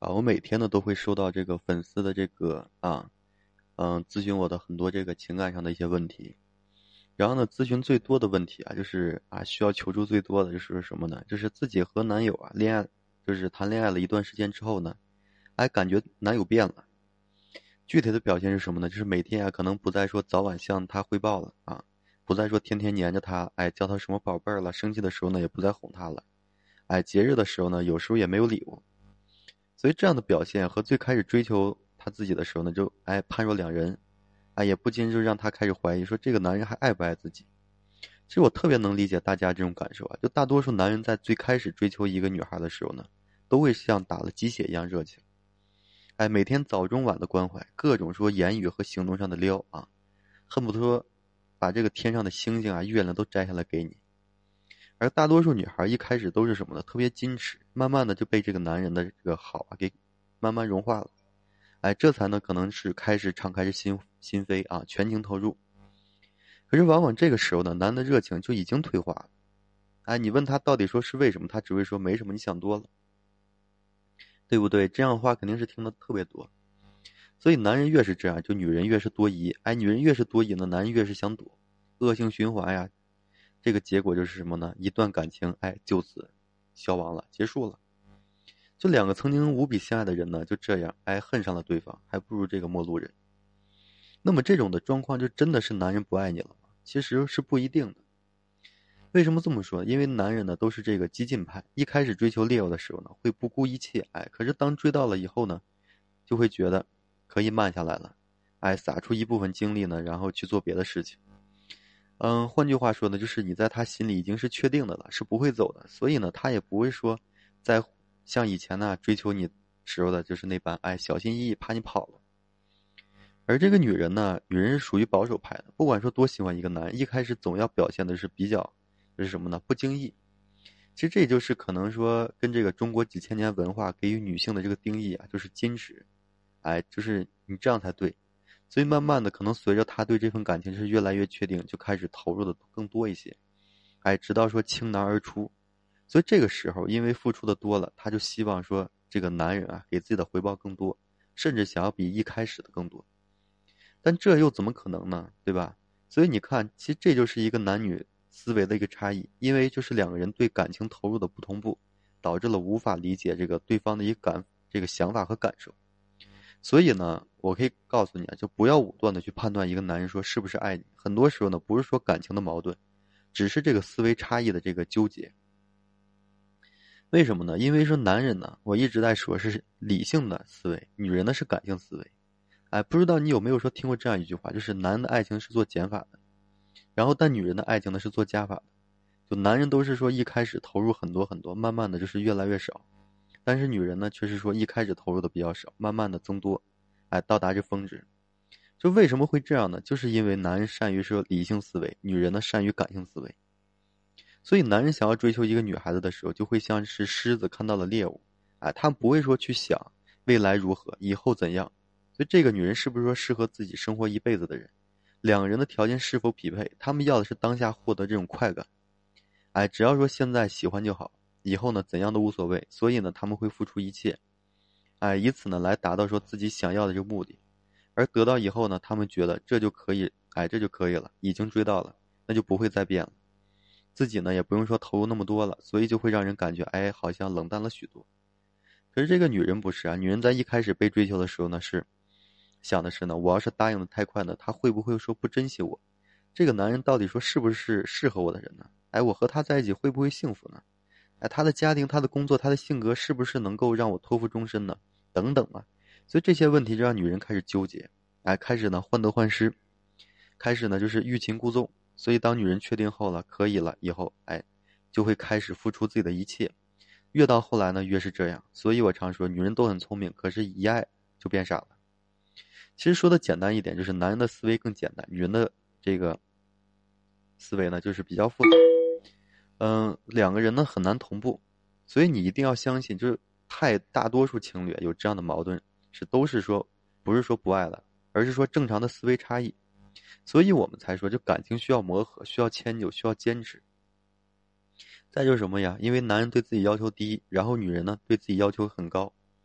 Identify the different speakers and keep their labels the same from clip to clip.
Speaker 1: 我每天呢都会收到这个粉丝的这个咨询我的很多这个情感上的一些问题。然后呢，咨询最多的问题就是需要求助最多的就是什么呢？就是自己和男友恋爱，就是谈恋爱了一段时间之后呢，感觉男友变了。具体的表现是什么呢？就是每天可能不再说早晚向他汇报了不再说天天黏着他，叫他什么宝贝儿了，生气的时候呢也不再哄他了，节日的时候呢有时候也没有礼物。所以这样的表现和最开始追求他自己的时候呢，就判若两人，也不禁就让他开始怀疑说这个男人还爱不爱自己。其实我特别能理解大家这种感受就大多数男人在最开始追求一个女孩的时候呢，都会像打了鸡血一样热情，每天早中晚的关怀，各种说言语和行动上的撩恨不得说把这个天上的星星月亮都摘下来给你。而大多数女孩一开始都是什么呢？特别矜持，慢慢的就被这个男人的这个好给慢慢融化了。这才呢可能是开始敞开着心扉全情投入。可是往往这个时候呢，男的热情就已经退化了。你问他到底说是为什么，他只会说没什么，你想多了，对不对？这样的话肯定是听得特别多。所以男人越是这样，就女人越是多疑。女人越是多疑呢，男人越是想躲，恶性循环呀。这个结果就是什么呢？一段感情就此消亡了，结束了。就两个曾经无比相爱的人呢，就这样恨上了对方，还不如这个陌路人。那么这种的状况就真的是男人不爱你了吗？其实是不一定的。为什么这么说？因为男人呢都是这个激进派，一开始追求猎物的时候呢，会不顾一切，可是当追到了以后呢，就会觉得可以慢下来了，撒出一部分精力呢，然后去做别的事情。换句话说呢，就是你在他心里已经是确定的了，是不会走的，所以呢，他也不会说在像以前呢追求你时候的就是那般小心翼翼，怕你跑了。而这个女人呢，女人是属于保守派的，不管说多喜欢一个男人，一开始总要表现的是比较，就是什么呢？不经意。其实这就是可能说跟这个中国几千年文化给予女性的这个定义就是矜持，就是你这样才对。所以慢慢的，可能随着他对这份感情是越来越确定，就开始投入的更多一些，直到说倾囊而出。所以这个时候，因为付出的多了，他就希望说这个男人给自己的回报更多，甚至想要比一开始的更多。但这又怎么可能呢？对吧？所以你看，其实这就是一个男女思维的一个差异，因为就是两个人对感情投入的不同步，导致了无法理解这个对方的这个想法和感受。所以呢，我可以告诉你就不要武断的去判断一个男人说是不是爱你。很多时候呢，不是说感情的矛盾，只是这个思维差异的这个纠结。为什么呢？因为说男人呢，我一直在说是理性的思维，女人呢是感性思维。不知道你有没有说听过这样一句话，就是男人的爱情是做减法的，然后但女人的爱情呢是做加法的。就男人都是说一开始投入很多很多，慢慢的就是越来越少，但是女人呢却是说一开始投入的比较少，慢慢的增多，到达这峰值。就为什么会这样呢？就是因为男人善于说理性思维，女人呢善于感性思维。所以男人想要追求一个女孩子的时候，就会像是狮子看到了猎物，他不会说去想未来如何，以后怎样。所以这个女人是不是说适合自己生活一辈子的人？两个人的条件是否匹配？他们要的是当下获得这种快感，只要说现在喜欢就好，以后呢怎样都无所谓。所以呢他们会付出一切，以此呢来达到说自己想要的这个目的。而得到以后呢，他们觉得这就可以，这就可以了，已经追到了，那就不会再变了。自己呢也不用说投入那么多了，所以就会让人感觉好像冷淡了许多。可是这个女人不是女人在一开始被追求的时候呢，是想的是呢，我要是答应的太快呢，他会不会说不珍惜我？这个男人到底说是不是适合我的人呢？我和他在一起会不会幸福呢？他的家庭、他的工作、他的性格是不是能够让我托付终身呢？等等所以这些问题就让女人开始纠结，开始呢患得患失，开始呢就是欲擒故纵。所以当女人确定后了，可以了以后，就会开始付出自己的一切。越到后来呢，越是这样。所以我常说，女人都很聪明，可是一爱就变傻了。其实说的简单一点，就是男人的思维更简单，女人的这个思维呢就是比较复杂。两个人呢很难同步，所以你一定要相信，就是大多数情侣有这样的矛盾，都是说不是说不爱了，而是说正常的思维差异。所以我们才说，就感情需要磨合，需要迁就，需要坚持。再就是什么呀？因为男人对自己要求低，然后女人呢对自己要求很高。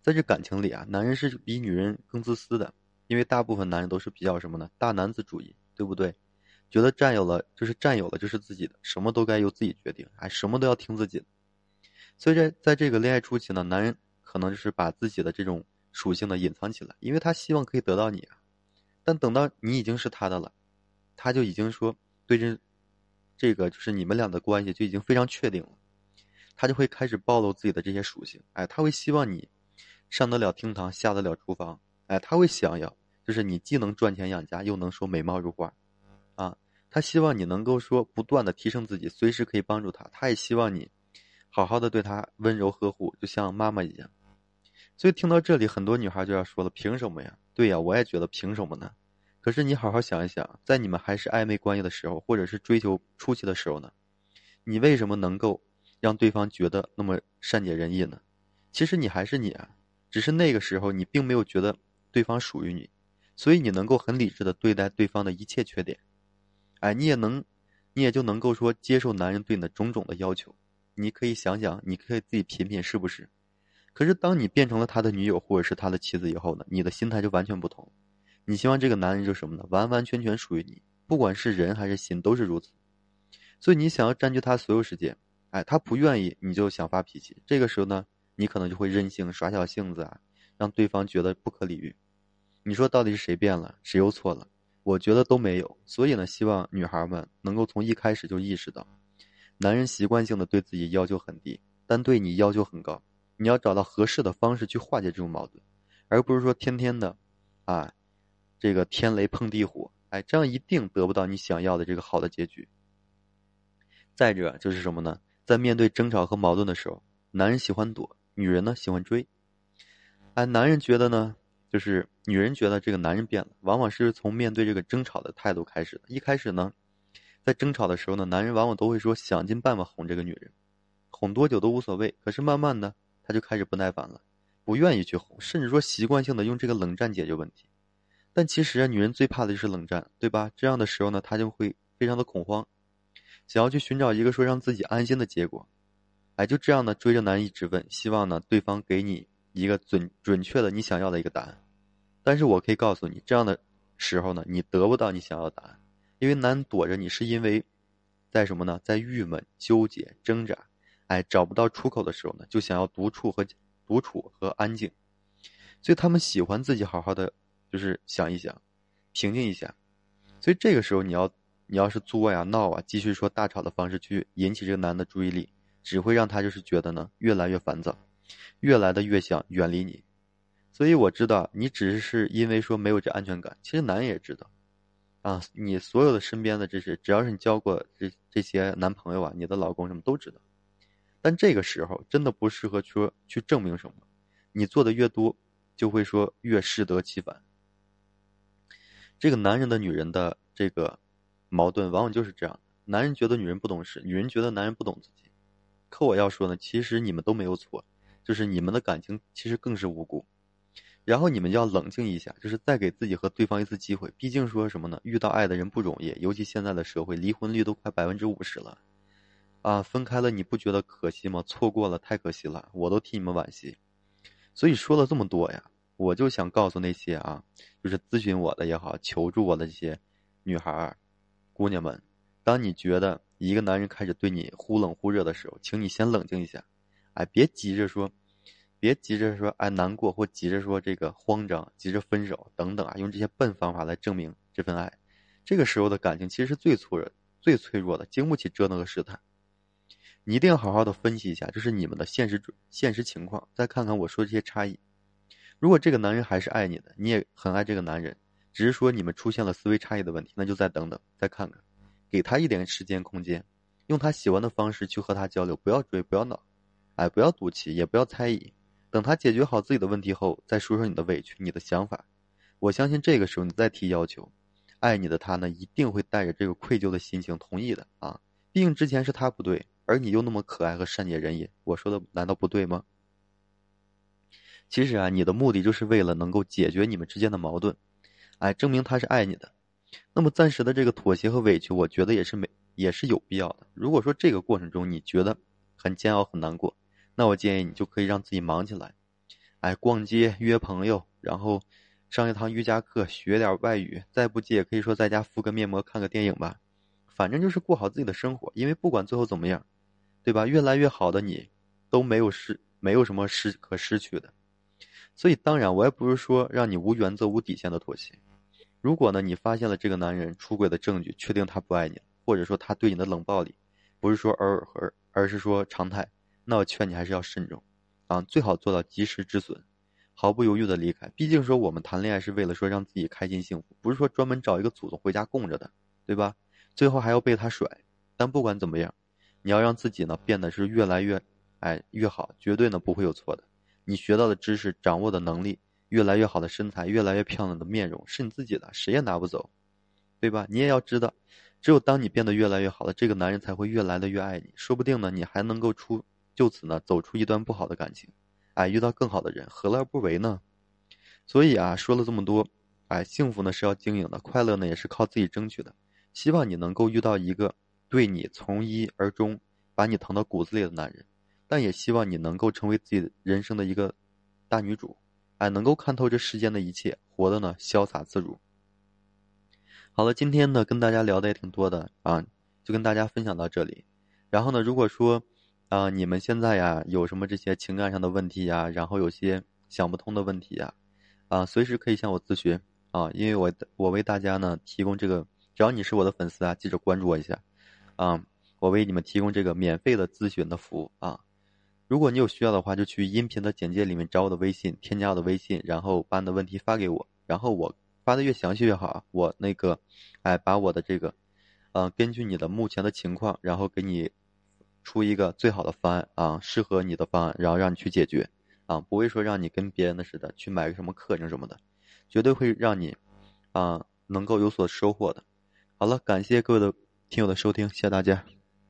Speaker 1: 在这感情里啊，男人是比女人更自私的，因为大部分男人都是比较什么呢？大男子主义，对不对？觉得占有了就是自己的，什么都该由自己决定，什么都要听自己的。所以在这个恋爱初期呢，男人可能就是把自己的这种属性呢隐藏起来，因为他希望可以得到你啊。但等到你已经是他的了，他就已经说对这个就是你们俩的关系就已经非常确定了，他就会开始暴露自己的这些属性。他会希望你上得了厅堂，下得了厨房。他会想要就是你既能赚钱养家，又能说美貌如花啊。他希望你能够说不断的提升自己，随时可以帮助他。他也希望你好好的对他温柔呵护，就像妈妈一样。所以听到这里，很多女孩就要说了，凭什么呀？对呀，我也觉得凭什么呢？可是你好好想一想，在你们还是暧昧关系的时候，或者是追求初期的时候呢，你为什么能够让对方觉得那么善解人意呢？其实你还是你啊，只是那个时候你并没有觉得对方属于你，所以你能够很理智的对待对方的一切缺点。你也就能够说接受男人对你的种种的要求。你可以想想，你可以自己品品是不是？可是当你变成了他的女友或者是他的妻子以后呢，你的心态就完全不同。你希望这个男人就是什么呢？完完全全属于你，不管是人还是心都是如此。所以你想要占据他所有时间，他不愿意，你就想发脾气。这个时候呢，你可能就会任性耍小性子啊，让对方觉得不可理喻。你说到底是谁变了，谁又错了？我觉得都没有。所以呢，希望女孩们能够从一开始就意识到，男人习惯性的对自己要求很低，但对你要求很高。你要找到合适的方式去化解这种矛盾，而不是说天天的，啊，这个天雷碰地火，这样一定得不到你想要的这个好的结局。再者就是什么呢？在面对争吵和矛盾的时候，男人喜欢躲，女人呢喜欢追。男人觉得呢，就是女人觉得这个男人变了，往往是从面对这个争吵的态度开始的。一开始呢，在争吵的时候呢，男人往往都会说想尽办法哄这个女人，哄多久都无所谓。可是慢慢的，他就开始不耐烦了，不愿意去哄，甚至说习惯性的用这个冷战解决问题。但其实女人最怕的就是冷战，对吧？这样的时候呢，她就会非常的恐慌，想要去寻找一个说让自己安心的结果。就这样呢，追着男人一直问，希望呢对方给你一个准确的你想要的一个答案。但是我可以告诉你，这样的时候呢，你得不到你想要的答案，因为男人躲着你是因为在什么呢？在郁闷、纠结、挣扎，找不到出口的时候呢，就想要独处和安静。所以他们喜欢自己好好的，就是想一想，平静一下。所以这个时候你要是作呀闹啊，继续说大吵的方式去引起这个男的注意力，只会让他就是觉得呢越来越烦躁，越来的越想远离你。所以我知道你只是因为说没有这安全感，其实男人也知道你所有的身边的这些，只要是你交过这些男朋友啊，你的老公什么都知道。但这个时候真的不适合说去证明什么，你做的越多，就会说越适得其反。这个男人的女人的这个矛盾往往就是这样的，男人觉得女人不懂事，女人觉得男人不懂自己。可我要说呢，其实你们都没有错，就是你们的感情其实更是无辜。然后你们要冷静一下，就是再给自己和对方一次机会。毕竟说什么呢？遇到爱的人不容易，尤其现在的社会，离婚率都快50%了分开了你不觉得可惜吗？错过了太可惜了，我都替你们惋惜。所以说了这么多呀，我就想告诉那些就是咨询我的也好，求助我的这些女孩姑娘们，当你觉得一个男人开始对你忽冷忽热的时候，请你先冷静一下，别急着说，难过，或急着说这个慌张，急着分手等等用这些笨方法来证明这份爱。这个时候的感情其实是最脆弱的，经不起折腾和试探。你一定要好好的分析一下，就是你们的现实情况，再看看我说这些差异。如果这个男人还是爱你的，你也很爱这个男人，只是说你们出现了思维差异的问题，那就再等等，再看看，给他一点时间空间，用他喜欢的方式去和他交流，不要追，不要闹，不要赌气，也不要猜疑。等他解决好自己的问题后，再说说你的委屈，你的想法。我相信这个时候你再提要求，爱你的他呢，一定会带着这个愧疚的心情同意的毕竟之前是他不对，而你又那么可爱和善解人意，我说的难道不对吗？其实你的目的就是为了能够解决你们之间的矛盾，证明他是爱你的。那么暂时的这个妥协和委屈，我觉得也是有必要的。如果说这个过程中你觉得很煎熬很难过，那我建议你就可以让自己忙起来， 逛街约朋友，然后上一堂瑜伽课，学点外语，再不济也可以说在家敷个面膜，看个电影吧。反正就是过好自己的生活，因为不管最后怎么样，对吧？越来越好的你都没有什么可失去的。所以当然，我也不是说让你无原则、无底线的妥协。如果呢，你发现了这个男人出轨的证据，确定他不爱你，或者说他对你的冷暴力，不是说偶尔，而是说常态，那我劝你还是要慎重，最好做到及时止损，毫不犹豫的离开。毕竟说我们谈恋爱是为了说让自己开心幸福，不是说专门找一个祖宗回家供着的，对吧？最后还要被他甩。但不管怎么样，你要让自己呢变得是越来越好，绝对呢不会有错的。你学到的知识、掌握的能力、越来越好的身材、越来越漂亮的面容，是你自己的，谁也拿不走，对吧？你也要知道，只有当你变得越来越好了，这个男人才会越来的越爱你，说不定呢，你还能够就此呢走出一段不好的感情，遇到更好的人，何乐而不为呢？所以说了这么多，幸福呢是要经营的，快乐呢也是靠自己争取的。希望你能够遇到一个对你从一而终，把你疼到骨子里的男人，但也希望你能够成为自己人生的一个大女主，能够看透这世间的一切，活得呢潇洒自如。好了，今天呢跟大家聊的也挺多的就跟大家分享到这里。然后呢，如果说你们现在有什么这些情感上的问题然后有些想不通的问题随时可以向我咨询因为我为大家呢提供这个，只要你是我的粉丝记着关注我一下我为你们提供这个免费的咨询的服务如果你有需要的话，就去音频的简介里面找我的微信，添加我的微信，然后把你的问题发给我，然后我发的越详细越好我那个把我的这个根据你的目前的情况，然后给你出一个最好的方案适合你的方案，然后让你去解决不会说让你跟别人的似的去买个什么课程什么的，绝对会让你能够有所收获的。好了，感谢各位的听友的收听，谢谢大家。